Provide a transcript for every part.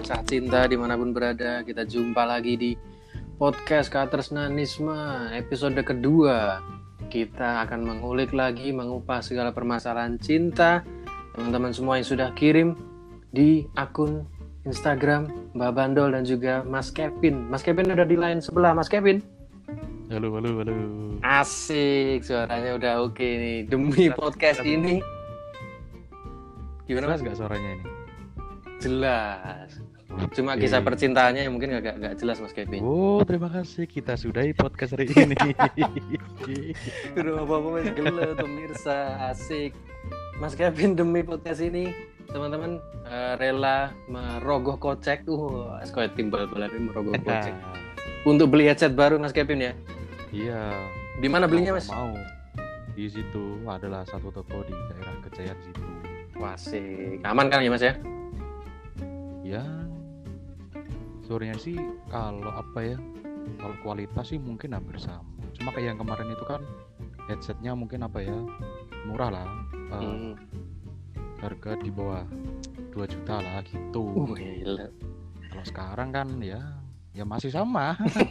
Cah Cinta dimanapun berada. Kita jumpa lagi di podcast Katresnanisme episode kedua. Kita akan mengulik lagi, mengupas segala permasalahan cinta. Teman-teman semua yang sudah kirim di akun Instagram Mbak Bandol dan juga Mas Kevin. Mas Kevin ada di line sebelah. Mas Kevin. Halo. Asik, suaranya udah oke nih. Demi podcast ini. Gimana Jelas Mas? gak suaranya ini? Jelas. Cuma Oke. kisah percintaannya yang mungkin agak jelas Mas Kevin. Oh, terima kasih. Kita sudahi podcast hari ini. Aduh, apa-apa Mas gelo pemirsa, asik. Mas Kevin demi podcast ini teman-teman rela merogoh kocek. Sekolah timbal balik merogoh kocek. Untuk beli headset baru Mas Kevin ya. Iya. Di mana belinya Mas? Mau. Di situ adalah satu toko di daerah Kejayaan situ. Wah, asik. Aman kan ya Mas ya? Ya. Suaranya sih kalau apa ya? Kalau kualitas sih mungkin hampir sama. Cuma kayak yang kemarin itu kan headsetnya mungkin apa ya? Murah lah. Harga di bawah 2 juta lah gitu. Gila. Kalau sekarang kan ya masih sama.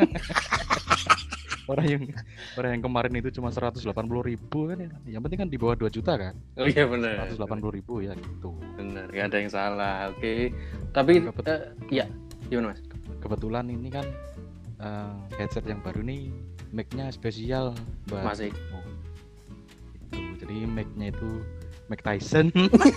orang yang kemarin itu cuma 180.000 kan ya. Yang penting kan di bawah 2 juta kan. Oh iya benar. 180.000 ya gitu. Benar, gak ada yang salah. Oke. Tapi ya, gimana Mas? Kebetulan ini kan headset yang baru nih mic-nya spesial buat Masih. Itu. Jadi mic-nya itu Mike Tyson.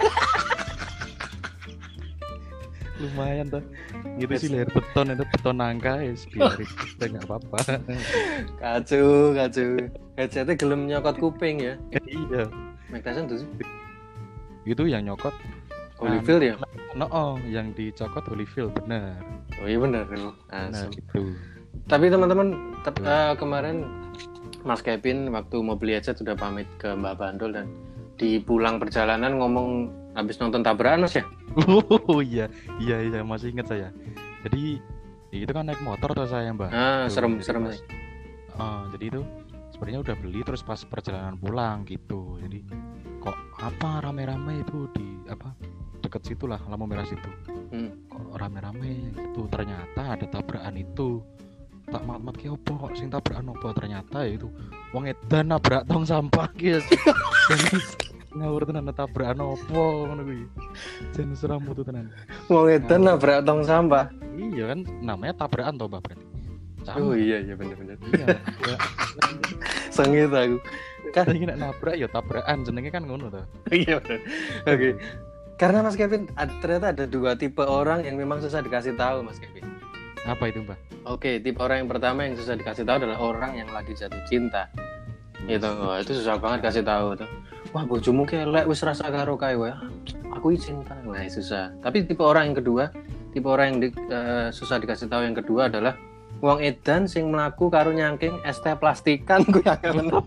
Lumayan tuh. Gitu sih leher beton itu beton nangka ya biar kita nggak apa-apa. Kacau. Headsetnya gelem nyokot kuping ya. Iya. Mike Tyson tuh sih. Itu yang nyokot Holyfield ya? yang dicokot Holyfield benar. Oh iya benar. Nah, gitu. Tapi teman-teman kemarin Mas Kevin waktu mau beli headset sudah pamit ke Mbak Bandol dan di pulang perjalanan ngomong habis nonton tabrakan Mas ya? Oh iya masih ingat saya. Jadi itu kan naik motor tuh saya Mbak. Serem. Jadi itu sebenarnya udah beli terus pas perjalanan pulang gitu. Jadi kok apa rame-rame itu di apa deket situ lah lampu merah situ. Kok rame-rame gitu. Ternyata ada tabrakan itu. Tak mat ki opo kok sing tabrakan opo ternyata ya itu wong edan nabrak tong sampah ki. Ngawur tenan tabrakan opo ngono kuwi. Jen seram mutu tenan. Wong edan nabrak tong sampah. Iya kan namanya tabrakan toh Mbak berarti. Oh iya benar. Iya. Sengit aku. Kan iki nek nabrak ya tabrakan jenenge kan ngono to. Iya benar. Oke. Karena Mas Kevin ternyata ada 2 tipe orang yang memang susah dikasih tahu Mas Kevin. Apa itu Mbak? Oke, tipe orang yang pertama yang susah dikasih tahu adalah orang yang lagi jatuh cinta. Itu susah banget kasih tahu tuh. Wah, bojomu kelek wis rasa karo kae wae. Aku izin kan. Nah, susah. Tapi tipe orang yang kedua, tipe orang yang susah dikasih tahu yang kedua adalah wong edan sing mlaku karo nyangking es teh plastikan kuwi agak bener.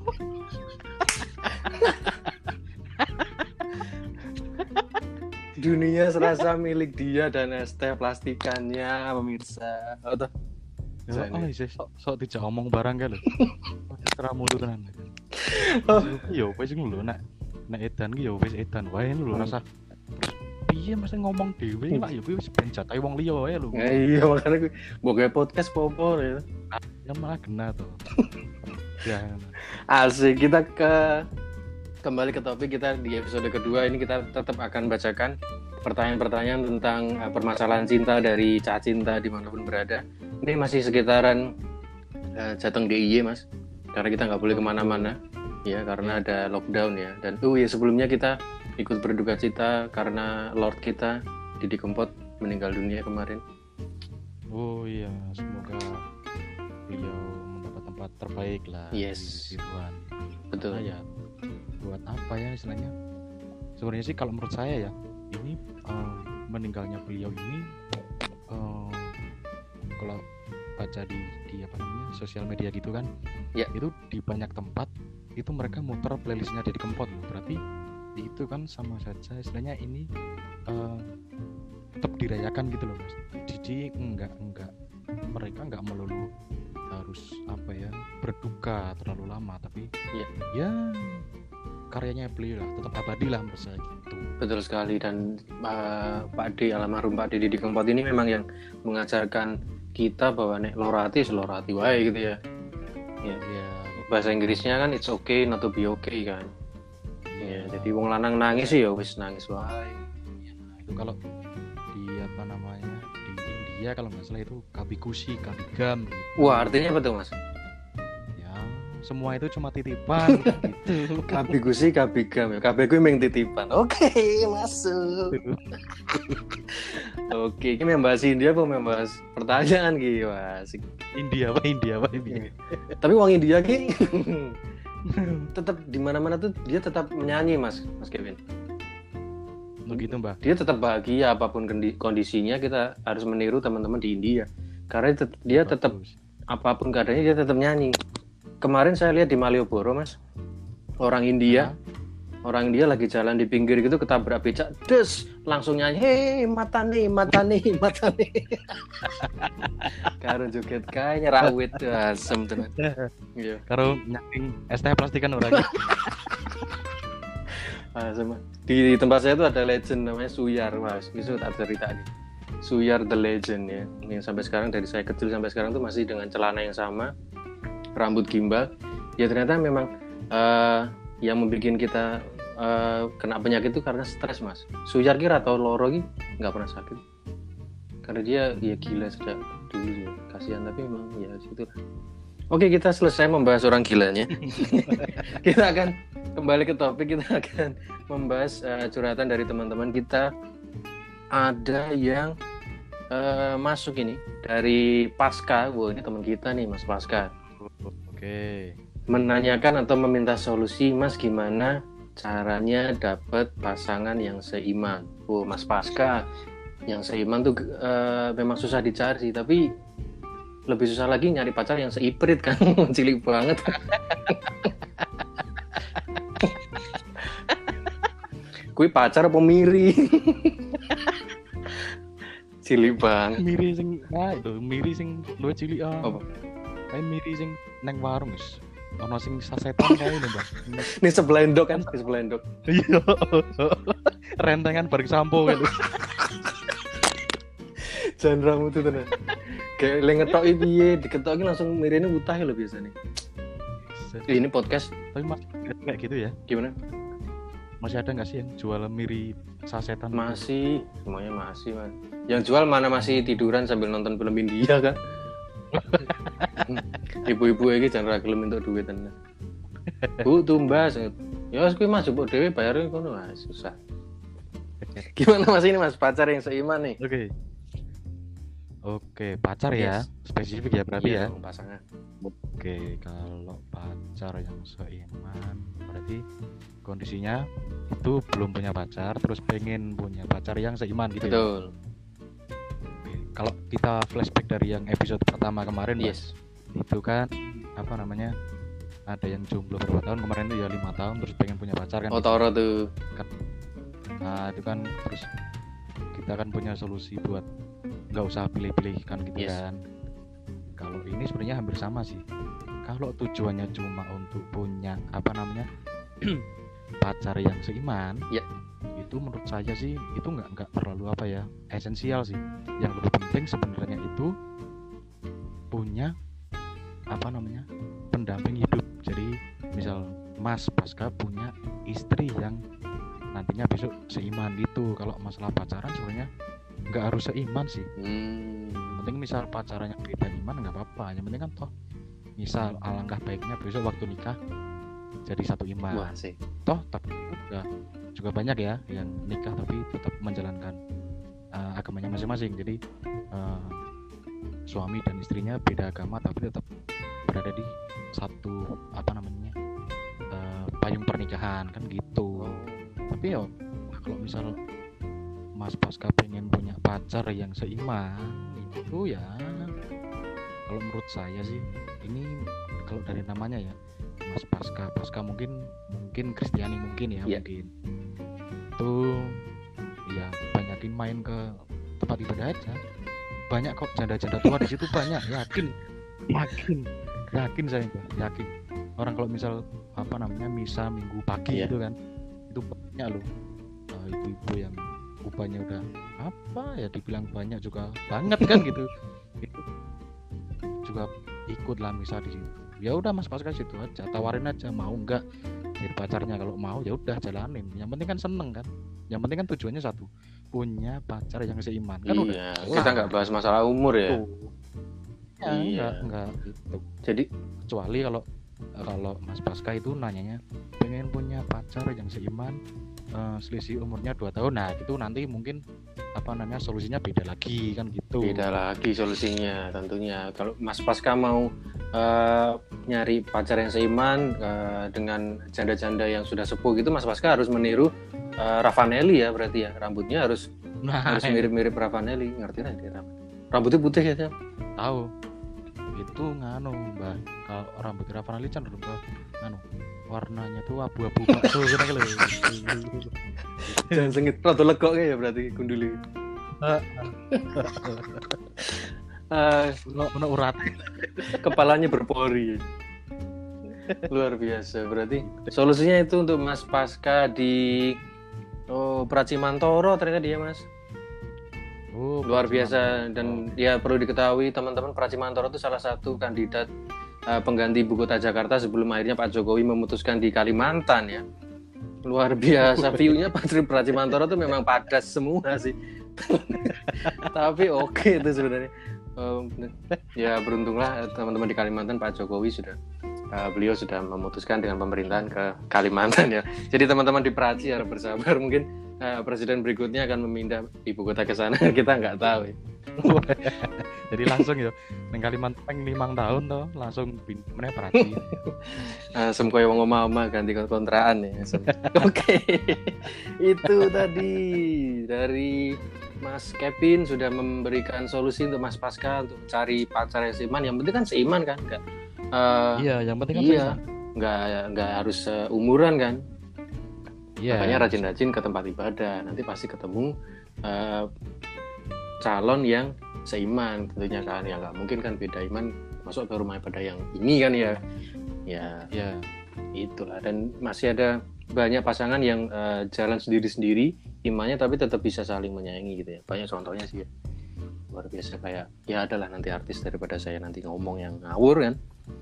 Dunia serasa milik dia dan es teh plastikannya, pemirsa. Sok dijak omong barang kae lho. Teramu tuh tenan. Yo wis ngono nek edan ki yo wis edan wae lho rasa. Piye mesti ngomong dhewe lah yo kuwi wis ben jatahe wong liya wae lho. Iya makane kuwi mbok gawe podcast popo ya. Ya malah kena tuh. Ya. Asik, kita kembali ke topik kita di episode kedua ini. Kita tetap akan bacakan pertanyaan-pertanyaan tentang permasalahan cinta dari Cah Cinta dimanapun berada. Ini masih sekitaran Jateng DIY Mas, karena kita nggak boleh kemana-mana ya karena ada lockdown ya. Dan sebelumnya kita ikut berduka cita karena Lord kita Didi Kempot meninggal dunia kemarin. Oh iya, semoga beliau mendapat tempat terbaik lah. Yes. Di Tuhan. Betul. Ya, buat apa ya istilahnya? Sebenarnya sih kalau menurut saya ya, ini meninggalnya beliau ini kalau baca di apa namanya sosial media gitu kan, ya. Itu di banyak tempat itu mereka muter playlistnya Didi Kempot loh. Berarti itu kan sama saja istilahnya ini tetap dirayakan gitu loh Mas. Jadi enggak mereka enggak melulu harus apa ya berduka terlalu lama, tapi ya karyanya beliau lah tetap abadi lah menurut saya gitu. Betul sekali. Dan Pak D, almarhum Pak D Didi Kempot ini memang yang mengajarkan kita bahwa nek lorati wae gitu ya. Ya. Bahasa Inggrisnya kan it's okay not to be okay kan. Ya, jadi wong lanang nangis sih ya wis nangis wae. Ya, itu kalau di apa namanya di India kalau nggak salah itu kabikushi, kabigam gitu. Wah, artinya apa tuh Mas? Ya, semua itu cuma titipan gitu. Kabikushi, kabigam ya. Kabeh kuwi mung titipan. Oke, masuk. Oke, ini membahas India apa membahas pertanyaan gitu, Mas? India. Tapi wong India ki tetap di mana-mana tuh dia tetap menyanyi, Mas Kevin. Begitu, Mbak. Dia tetap bahagia apapun kondisinya, kita harus meniru teman-teman di India. Karena dia tetap apapun keadaannya dia tetap nyanyi. Kemarin saya lihat di Malioboro, Mas. Orang India lagi jalan di pinggir gitu ketabrak becak, des langsung nyanyi, hei mata nih. Karo joget kayaknya rawit asem tenan. Iya. Karo nyaking es teh plastikan orang. Asem. Di tempat saya tuh ada legend namanya Suyar, Mas. Itu tak cerita nih. Suyar the legend ya. Yang sampai sekarang dari saya kecil sampai sekarang tuh masih dengan celana yang sama, rambut gimbal. Ya ternyata memang yang membuat kita kena penyakit itu karena stres, Mas. Suyar kira atau loro ki nggak pernah sakit karena dia ya gila sejak dulu ya. Kasihan tapi memang ya situ. Oke, kita selesai membahas orang gilanya. Kita akan kembali ke topik. Kita akan membahas curhatan dari teman-teman kita. Ada yang masuk ini dari Pasca. Wah, ini teman kita nih, Mas Pasca. Oke. Menanyakan atau meminta solusi, Mas, gimana caranya dapat pasangan yang seiman. Oh, Mas Pasca, yang seiman tuh memang susah dicari, tapi lebih susah lagi nyari pacar yang seiprit kan. Cilik banget. Kui pacar apa miri? Cilik banget. Miri sing luwih cilik Apa? Kayak miri sing neng warung wis. Ono sing sasetan kae lho, Mbak. Ini seblendok kan, seblendok. Iya. Rentengan bareng sampo gitu. Jangan rambut itu tenan. Kayak le ngetoki piye, diketoki langsung mirine utah lho biasanya. Ini podcast tapi masih kayak gitu ya. Gimana? Masih ada nggak sih yang jual miri sasetan? Masih, semuanya masih, Mas. Yang jual mana masih tiduran sambil nonton film India kan? Ibu-ibu iki jan ra gelem entuk duit tenan. Bu tumbas. Ya wis kuwi Mas jupuk dhewe bayare ngono Mas, susah. Gimana Mas ini Mas pacar yang seiman nih? Oke, pacar ya. Spesifik ya berarti ya. Pasangan. Oke, kalau pacar yang seiman berarti kondisinya itu belum punya pacar terus pengen punya pacar yang seiman gitu. Betul. Ya. Kalau kita flashback dari yang episode pertama kemarin, yes. Itu kan apa namanya, ada yang jomblo berapa tahun kemarin itu ya 5 tahun terus pengen punya pacar kan. Oh Toro tuh kan. Nah itu kan terus kita kan punya solusi buat nggak usah pilih-pilih kan gitu. Yes. Kan kalau ini sebenarnya hampir sama sih. Kalau tujuannya cuma untuk punya apa namanya pacar yang seiman, yeah. Itu menurut saya sih itu nggak terlalu apa ya esensial sih. Yang lebih penting sebenarnya itu punya apa namanya pendamping hidup. Jadi misal Mas Pasca punya istri yang nantinya besok seiman gitu. Kalau masalah pacaran sebenarnya nggak harus seiman sih. Yang penting misal pacarannya beda iman nggak apa-apa. Yang penting kan toh misal alangkah baiknya besok waktu nikah jadi satu iman. Wah, sih. Toh tapi juga banyak ya yang nikah tapi tetap menjalankan agamanya masing-masing. Jadi suami dan istrinya beda agama tapi tetap berada di satu apa namanya payung pernikahan kan gitu. Tapi ya kalau misal Mas Pasca pengen punya pacar yang seiman itu ya kalau menurut saya sih ini kalau dari namanya ya Mas Pasca mungkin Kristiani mungkin ya. Mungkin itu ya banyakin main ke tempat ibadah aja. Banyak kok janda-janda tua di situ banyak, yakin saya yakin orang kalau misal apa namanya misa minggu pagi Iya. itu kan, itu banyak loh ibu-ibu yang upahnya udah apa ya dibilang banyak juga banget kan gitu. Itu juga ikut lah misa di situ. Ya udah Mas Pasca situ aja, tawarin aja mau nggak jadi pacarnya, kalau mau ya udah jalanin. Yang penting kan seneng kan. Yang penting kan tujuannya satu, punya pacar yang seiman kan udah. Iya, kita nggak bahas masalah umur ya. Ya, Iya. enggak gitu. Jadi Kecuali kalau Mas Pasca itu nanyanya pengen punya pacar yang seiman, selisih umurnya 2 tahun. Nah, itu nanti mungkin apa namanya solusinya beda lagi kan gitu. beda lagi solusinya tentunya. Kalau Mas Pasca mau nyari pacar yang seiman dengan janda-janda yang sudah sepuh gitu, Mas Pasca harus meniru Ravanelli ya berarti ya. Rambutnya harus mirip-mirip Ravanelli, ngerti nggak dia? Rambutnya putih ya, tahu. Itu nganu Mbak, kalau rambut Ravanelli cenderung ke nganu warnanya tuh abu-abu bakso gitu loh. Jangan sengit, rada legok ya berarti kunduli. Ono urat. Kepalanya berpori. Luar biasa. Berarti solusinya itu untuk Mas Pasca di Pracimantoro ternyata dia Mas. Luar biasa. Dan ya perlu diketahui teman-teman, Pracimantoro itu salah satu kandidat pengganti ibu kota Jakarta sebelum akhirnya Pak Jokowi memutuskan di Kalimantan ya. Luar biasa view-nya Pracimantoro itu memang padas semua sih. Tapi oke itu sebenarnya. Ya beruntunglah teman-teman di Kalimantan, Pak Jokowi sudah beliau sudah memutuskan dengan pemerintahan ke Kalimantan ya. Jadi teman-teman di Praci harus bersabar, mungkin presiden berikutnya akan memindah ibu kota ke sana. Kita nggak tahu ya. Jadi langsung ya nang Kalimantan 5 tahun toh langsung meneh Praci. Semkoe wong omah-omah ganti kontrakan ya. Oke. Itu tadi dari Mas Kevin sudah memberikan solusi untuk Mas Pasca untuk cari pacar yang seiman. Yang penting kan seiman kan, enggak? Iya, yang penting kan seiman. Enggak harus umuran kan? Iya. Makanya rajin-rajin ke tempat ibadah. Nanti pasti ketemu calon yang seiman tentunya kan. Ya nggak mungkin kan beda iman masuk ke rumah ibadah yang ini kan ya. Ya. Itulah. Dan masih ada banyak pasangan yang jalan sendiri-sendiri imannya tapi tetap bisa saling menyayangi gitu ya. Banyak contohnya sih ya. Luar biasa, kayak ya adalah nanti artis daripada saya nanti ngomong yang ngawur kan.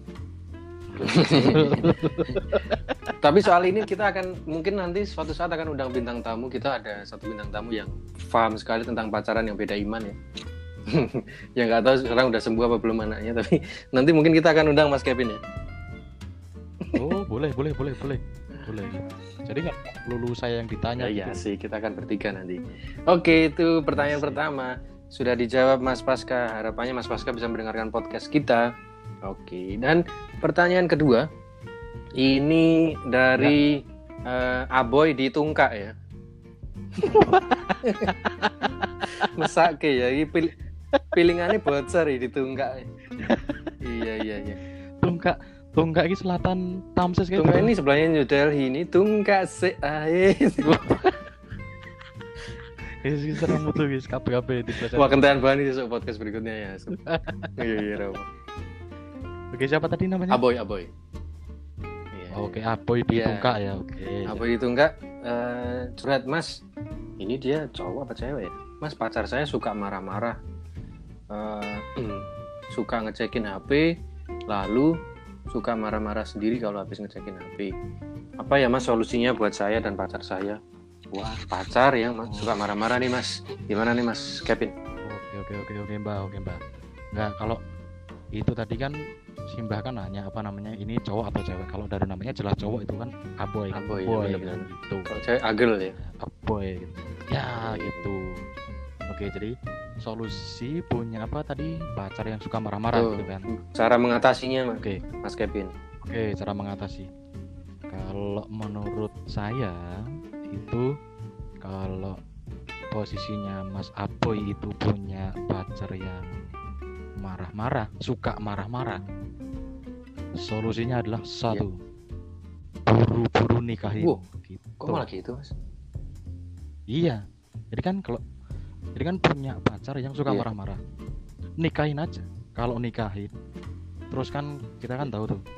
Tapi soal ini kita akan mungkin nanti suatu saat akan undang bintang tamu. Kita ada satu bintang tamu yang paham sekali tentang pacaran yang beda iman ya. Yang nggak tahu sekarang udah sembuh apa belum anaknya, tapi nanti mungkin kita akan undang Mas Kevin ya. Oh boleh. Jadi nggak perlu saya yang ditanya. Iya sih, kita akan bertiga nanti. Oke, itu pertanyaan pertama sudah dijawab Mas Pasca. Harapannya Mas Pasca bisa mendengarkan podcast kita. Oke, dan pertanyaan kedua ini dari Aboy di Tungkak ya. Mesake ya, ini pilingannya bocor ya di Tungkak. Iya. Tungkak ini selatan Tamses gitu. Tungkak ini sebelahnya New Delhi, ini Tungkak se ae. Ini serem betul guys, kabeh di Wah, kentean banget di podcast berikutnya ya. Iya, Romo. Oke, siapa tadi namanya? Aboy. Iya. Oke, Aboy di Tungkak ya. Oke. Aboy di Tungkak, curhat Mas. Ini dia cowok apa cewek ya? Mas, pacar saya suka marah-marah. Suka ngecekin HP, lalu suka marah-marah sendiri kalau habis ngecekin HP. Apa ya Mas solusinya buat saya dan pacar saya? Wah, pacar yang suka marah-marah nih Mas. Gimana nih Mas Kevin? Oke Mbak. Enggak, kalau itu tadi kan Simbah kan nanya apa namanya, ini cowok atau cewek. Kalau dari namanya jelas cowok itu kan Aboy ya, gitu. Kalau cewek Agel ya. Aboy gitu. Ya gitu. Oke, jadi solusi punya apa tadi, pacar yang suka marah-marah gitu kan. Cara mengatasinya Mas Kevin. Oke, cara mengatasi. Kalau menurut saya itu, kalau posisinya Mas Aboy itu punya pacar yang marah-marah, suka marah-marah, solusinya adalah satu, buru-buru nikahin. Gitu. Kok malah gitu Mas? Iya, jadi kan punya pacar yang suka marah-marah, nikahin aja. Kalau nikahin terus kan kita kan tahu tuh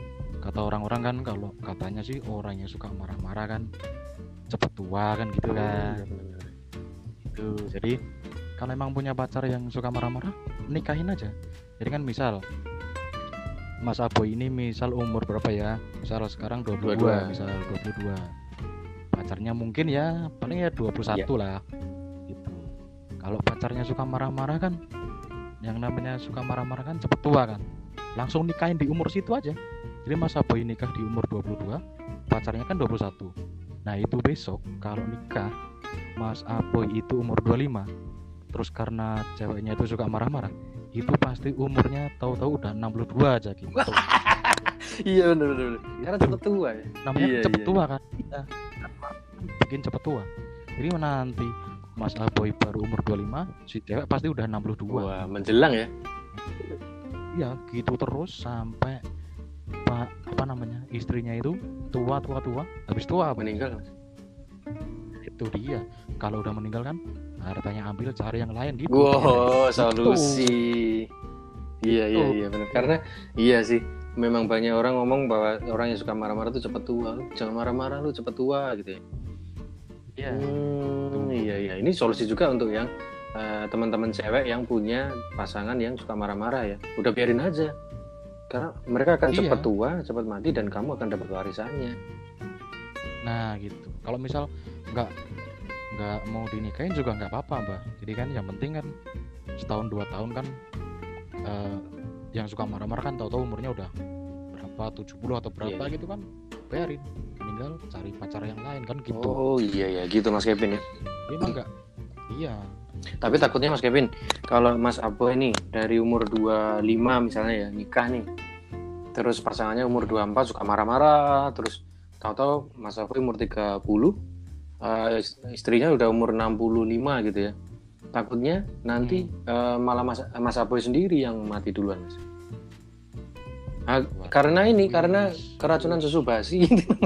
kata orang-orang kan, kalau katanya sih orang yang suka marah-marah kan cepet tua kan gitu kan. Itu jadi kalau emang punya pacar yang suka marah-marah, nikahin aja. Jadi kan misal Mas Aboy ini misal umur berapa ya? Misal sekarang 22, misal 22. Pacarnya mungkin ya paling ya 21 lah. Gitu. Kalau pacarnya suka marah-marah kan, yang namanya suka marah-marah kan cepet tua kan. Langsung nikahin di umur situ aja. Jadi Mas Aboy nikah di umur 22, pacarnya kan 21. Nah, itu besok kalau nikah Mas Aboy itu umur 25, terus karena ceweknya itu suka marah-marah, itu pasti umurnya tahu-tahu udah 62 aja gitu. Iya benar. Karena cepet tua ya. Namanya cepet tua kan. Iya. Bikin cepet tua. Jadi nanti Mas Aboy baru umur 25, si cewek pasti udah 62. Wah, menjelang ya. Iya, gitu terus sampai istrinya itu tua, habis tua meninggal. Itu dia. Kalau udah meninggal kan hartanya ambil, cari yang lain gitu. Wow, solusi. Iya benar. Karena iya sih, memang banyak orang ngomong bahwa orang yang suka marah-marah tuh cepet tua. Jangan marah-marah lu cepet tua gitu ya. Iya. Iya. Ini solusi juga untuk yang teman-teman cewek yang punya pasangan yang suka marah-marah ya. Udah biarin aja. Karena mereka akan cepat tua, cepat mati, dan kamu akan dapat warisannya. Nah gitu. Kalau misal nggak mau dinikahin juga nggak apa-apa, Mbak. Jadi kan yang penting kan setahun 2 tahun kan yang suka marah-marah kan tahu-tahu umurnya udah berapa, 70 atau berapa gitu kan, bayarin. Meninggal cari pacar yang lain kan gitu. Oh iya gitu Mas Kevin ya. Emang nggak? Iya. Tapi takutnya Mas Kevin, kalau Mas Aboy nih dari umur 25 misalnya ya nikah nih, terus pasangannya umur 24 suka marah-marah, terus tahu-tahu Mas Aboy umur 30, istrinya udah umur 65 gitu ya. Takutnya nanti malah Mas Aboy sendiri yang mati duluan, Mas. Karena keracunan susu basi.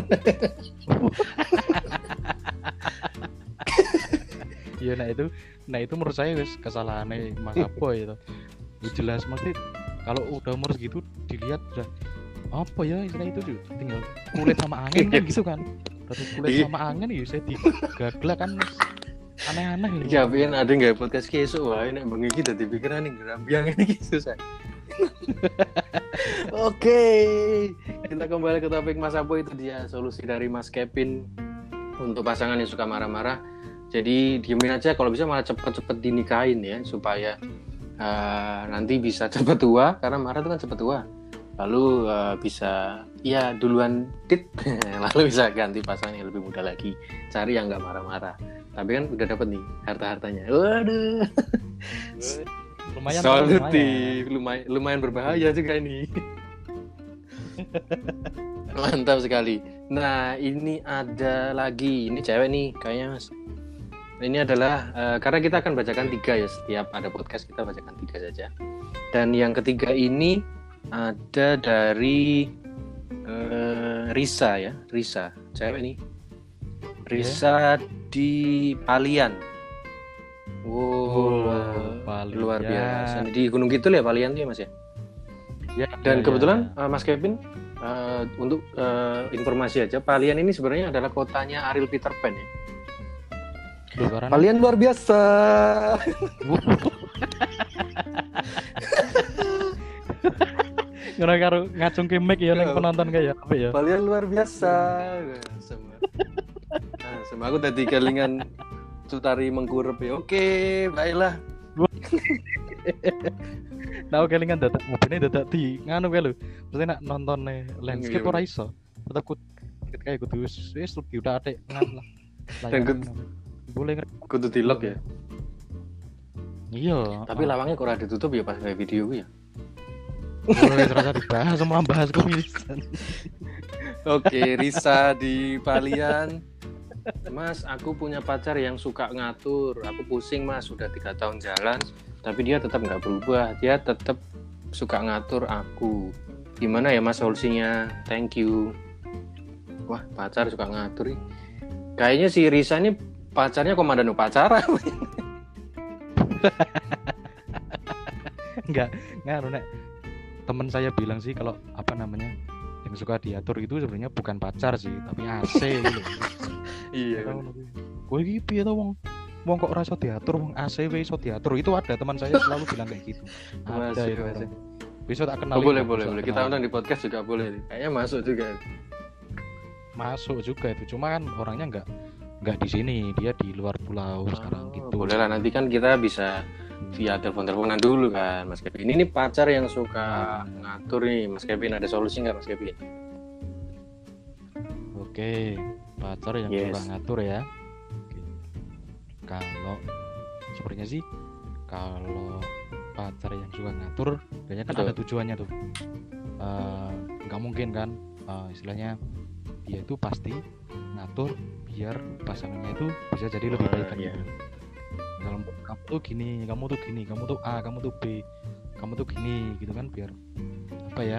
Iya, nah itu menurut saya wis kesalahannya Mas Aboy itu. Jelas mesti kalau udah umur segitu dilihat udah apa ya istilah itu tuh, tinggal kulit sama angin kan gitu kan. Terus kulit sama angin ya saya digaglak kan aneh-aneh gitu. Ya pian ada nggak podcast kesuk wae nek bengi iki dadi pikiran ning gerambiang ini susah. Oke, kita kembali ke topik Mas Aboy. Itu dia solusi dari Mas Kevin untuk pasangan yang suka marah-marah. Jadi diemin aja, kalau bisa malah cepet-cepet dinikahin ya, supaya nanti bisa cepet tua, karena marah itu kan cepet tua. Lalu bisa ya duluan tit, lalu bisa ganti pasangan yang lebih muda lagi, cari yang nggak marah-marah. Tapi kan udah dapet nih harta-hartanya. Waduh, lumayan solutif, lumayan berbahaya juga ini. Mantap sekali. Nah ini ada lagi, ini cewek nih kayaknya Mas. Ini adalah karena kita akan bacakan 3 ya, setiap ada podcast kita bacakan 3 saja. Dan yang ketiga ini ada dari Risa ya, Risa, cewek nih. Risa di Palian. Wow, luar biasa. Di Gunung Kidul ya Palian tuh ya Mas ya. Ya. Dan kebetulan Mas Kevin untuk informasi aja, Palian ini sebenarnya adalah kotanya Ariel Peter Pan ya. Kalian luar biasa. Ngono karo ngacung ke mic ya ning penonton kayak apa ya. Kalian luar biasa. Sama aku tadi kelingan Sutari Mengkurep ya. Oke, baiklah. Nah, kelingan dadak ngene dadak di nganu kae lho. Mesti nak nontone landscape ora iso. Tetep kayak kudu wis studio udah atik ngan lah. Boleh kudu di-lock ya. Iya. Tapi lawangnya kok ora ditutup ya pas kayak video gue ya. Boleh terasa dibahas, semua bahas kemisan. Oke, Risa di Palian. Mas, aku punya pacar yang suka ngatur. Aku pusing Mas, sudah 3 tahun jalan, tapi dia tetap nggak berubah. Dia tetap suka ngatur aku. Gimana ya Mas solusinya? Thank you. Wah, pacar suka ngatur nih. Kayaknya si Risa ini pacarnya komandan upacara. Enggak Nek. Temen saya bilang sih kalau apa namanya, yang suka diatur itu sebenarnya bukan pacar sih, tapi AC gitu. Iya. Kowe iki piye to wong kok ora iso diatur, wong AC wae iso diatur. Itu ada teman saya selalu bilang kayak gitu. Ada itu. Bisa tak kenal. Boleh. Kita undang di podcast juga boleh. Kayaknya masuk juga. Masuk juga itu. Cuma kan orangnya enggak di sini, dia di luar pulau sekarang gitu. Boleh lah, nanti kan kita bisa via telepon-teleponan dulu kan Mas Kevin. Ini pacar yang suka ngatur nih Mas Kevin, ada solusi nggak Mas Kevin? Oke, pacar yang suka ngatur ya. Oke. Kalau sepertinya sih kalau pacar yang suka ngatur kayaknya kan ada tujuannya tuh. Nggak mungkin kan istilahnya dia itu pasti ngatur biar pasangannya itu bisa jadi lebih baik kan gitu. Dalam kamu tuh gini, kamu tuh A, kamu tuh B, kamu tuh gini gitu kan, biar apa ya,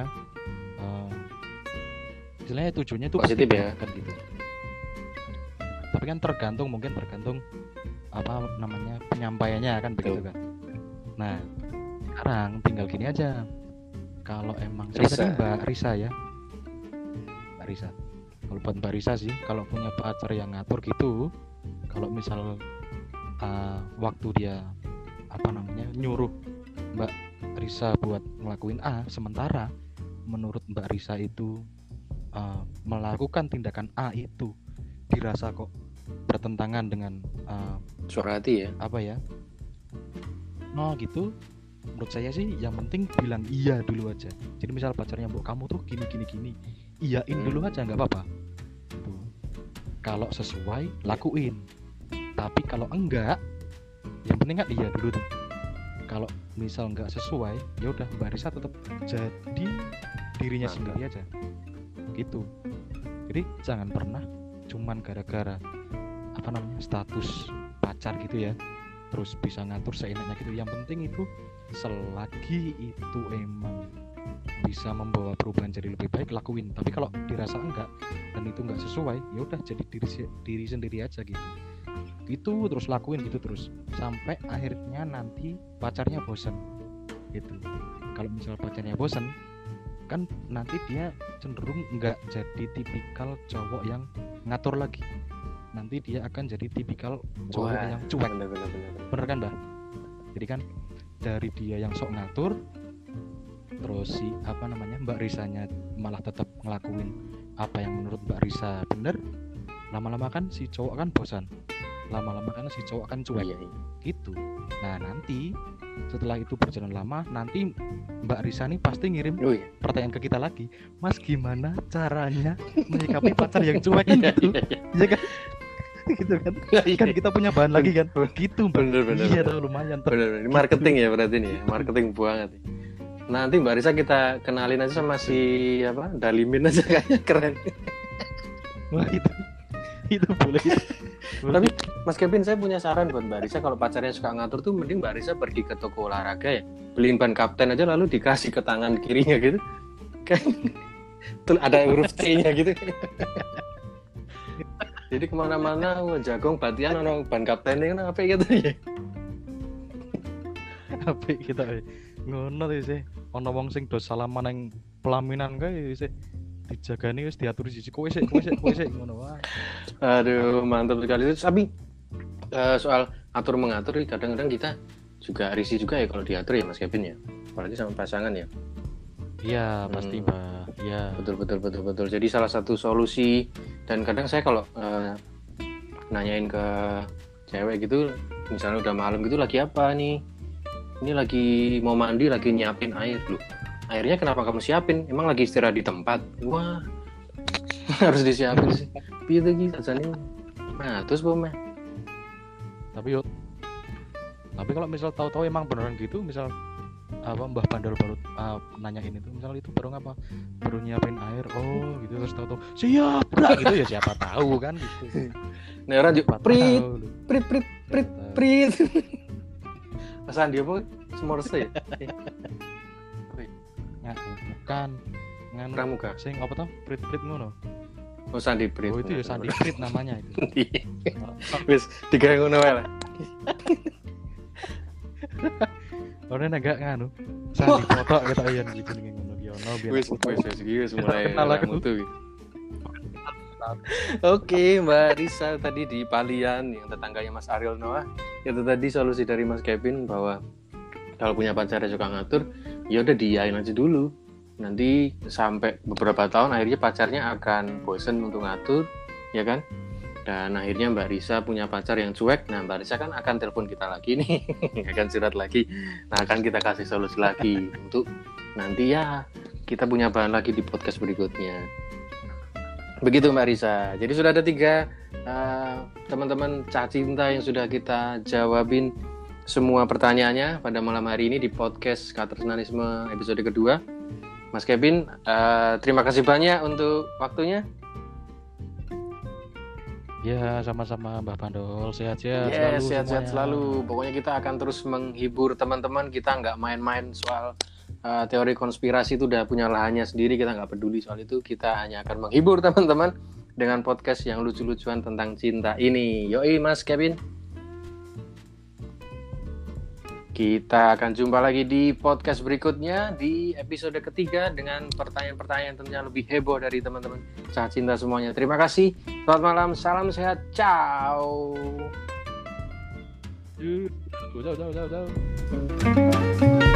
istilahnya tujuannya itu positif ya kan gitu. Tapi kan tergantung apa namanya penyampaiannya kan begitu kan. Nah sekarang tinggal gini aja, kalau emang tadi Mbak Risa ya, Mbak Risa, kalau buat Mbak Risa sih, kalau punya pacar yang ngatur gitu, kalau misal waktu dia apa namanya nyuruh Mbak Risa buat ngelakuin A, sementara menurut Mbak Risa itu melakukan tindakan A itu dirasa kok bertentangan dengan suara hati ya, apa ya, gitu. Menurut saya sih yang penting bilang iya dulu aja. Jadi misal pacarnya Mbok kamu tuh gini iyain dulu aja, nggak apa-apa tuh. Kalau sesuai lakuin. Tapi kalau enggak, yang penting kan iya dulu tuh. Kalau misal enggak sesuai, ya udah Mbak Risa tetap jadi dirinya sendiri aja. Gitu. Jadi jangan pernah cuman gara-gara apa namanya status pacar gitu ya, terus bisa ngatur seenaknya gitu. Yang penting itu selagi itu emang bisa membawa perubahan jadi lebih baik, lakuin. Tapi kalau dirasa enggak dan itu enggak sesuai, ya udah jadi diri sendiri aja gitu. Gitu terus lakuin gitu terus sampai akhirnya nanti pacarnya bosan gitu. Kalau misal pacarnya bosan kan nanti dia cenderung nggak jadi tipikal cowok yang ngatur lagi, nanti dia akan jadi tipikal cowok yang cuek. Bener kan Mbak? Jadi kan dari dia yang sok ngatur, terus si apa namanya Mbak Risanya malah tetap ngelakuin apa yang menurut Mbak Risa bener, lama-lama kan si cowok kan bosan, lama-lama kan si cowok kan cuek gitu. Nah nanti setelah itu berjalan lama, nanti Mbak Risa nih pasti ngirim pertanyaan ke kita lagi, Mas gimana caranya menyikapi pacar yang cuek kan gitu. Iya kan? Gitu kan? Kan kita punya bahan lagi kan? Gitu Mbak. Bener. Iya tuh lumayan tuh. Bener. Ini marketing ya berarti nih, marketing banget. Nanti Mbak Risa kita kenalin aja sama si apa? Dalimin aja, kayaknya keren. Wah itu boleh. Tapi Mas Kevin, saya punya saran buat Mbak Risa. Kalau pacarnya suka ngatur tuh mending Mbak Risa pergi ke toko olahraga ya, beliin ban kapten aja lalu dikasih ke tangan kirinya gitu kan, tuh ada huruf C-nya gitu. Jadi kemana-mana jagong batian ono ban kaptennya kan apa gitu ya. Apa kita ngono sih, ono wong sing do salaman nang pelaminan kae sih dijagani wis diatur siji kowe sik ngono wae. Aduh, mantap sekali. Tapi soal atur mengatur kadang-kadang kita juga risih juga ya kalau diatur ya Mas Kevin ya. Apalagi sama pasangan ya. Iya, pasti Mbak. Iya. Betul. Jadi salah satu solusi, dan kadang saya kalau nanyain ke cewek gitu, misalnya udah malam gitu lagi apa nih? Ini lagi mau mandi, lagi nyiapin air loh. Airnya kenapa kamu siapin? Emang lagi istirahat di tempat? Wah, harus disiapin sih. Gitu rasanya. Nah, terus Bome. Tapi kalau misal tahu-tahu emang beneran gitu, misal apa Mbah Bandel baru nanyain itu, misal itu baru nyiapin air, oh gitu, terus tahu-tahu siap lah gitu ya, siapa tahu kan gitu. Nah orang juga prit. Pesan dia apa? Semorse ya? Bukan nganu pramuka sing apa toh prit ngono. Oh Sandi Prit. Oh itu ya Sandi Prit namanya itu. Wis digawe ngono wae lah. Ora enggak nganu Sandi foto kita yen gitu ning ngono ki. no biar Wis mulai kenal aku. mutu. Oke, Mbak Risa tadi di Palian yang tetangganya Mas Ariel Noah, itu tadi solusi dari Mas Kevin bahwa kalau punya pacar yang suka ngatur, ya udah diain aja dulu. Nanti sampai beberapa tahun akhirnya pacarnya akan bosen untuk ngatur, ya kan? Dan akhirnya Mbak Risa punya pacar yang cuek. Nah, Mbak Risa kan akan telepon kita lagi nih, akan curhat lagi. Nah, akan kita kasih solusi lagi untuk nanti ya kita punya bahan lagi di podcast berikutnya. Begitu Mbak Risa. Jadi sudah ada 3 teman-teman cacinta yang sudah kita jawabin semua pertanyaannya pada malam hari ini di podcast Katresnanisme episode kedua. Mas Kevin, terima kasih banyak untuk waktunya. Ya, sama-sama Mbak Pandol. Sehat-sehat Yes, selalu. sehat-sehat semuanya. selalu. Pokoknya kita akan terus menghibur teman-teman. Kita nggak main-main soal teori konspirasi, itu udah punya lahannya sendiri. Kita nggak peduli soal itu. Kita hanya akan menghibur teman-teman dengan podcast yang lucu-lucuan tentang cinta ini. Yoi Mas Kevin. Kita akan jumpa lagi di podcast berikutnya di episode ketiga dengan pertanyaan-pertanyaan tentunya lebih heboh dari teman-teman cacinta semuanya. Terima kasih. Selamat malam. Salam sehat. Ciao. Ciao.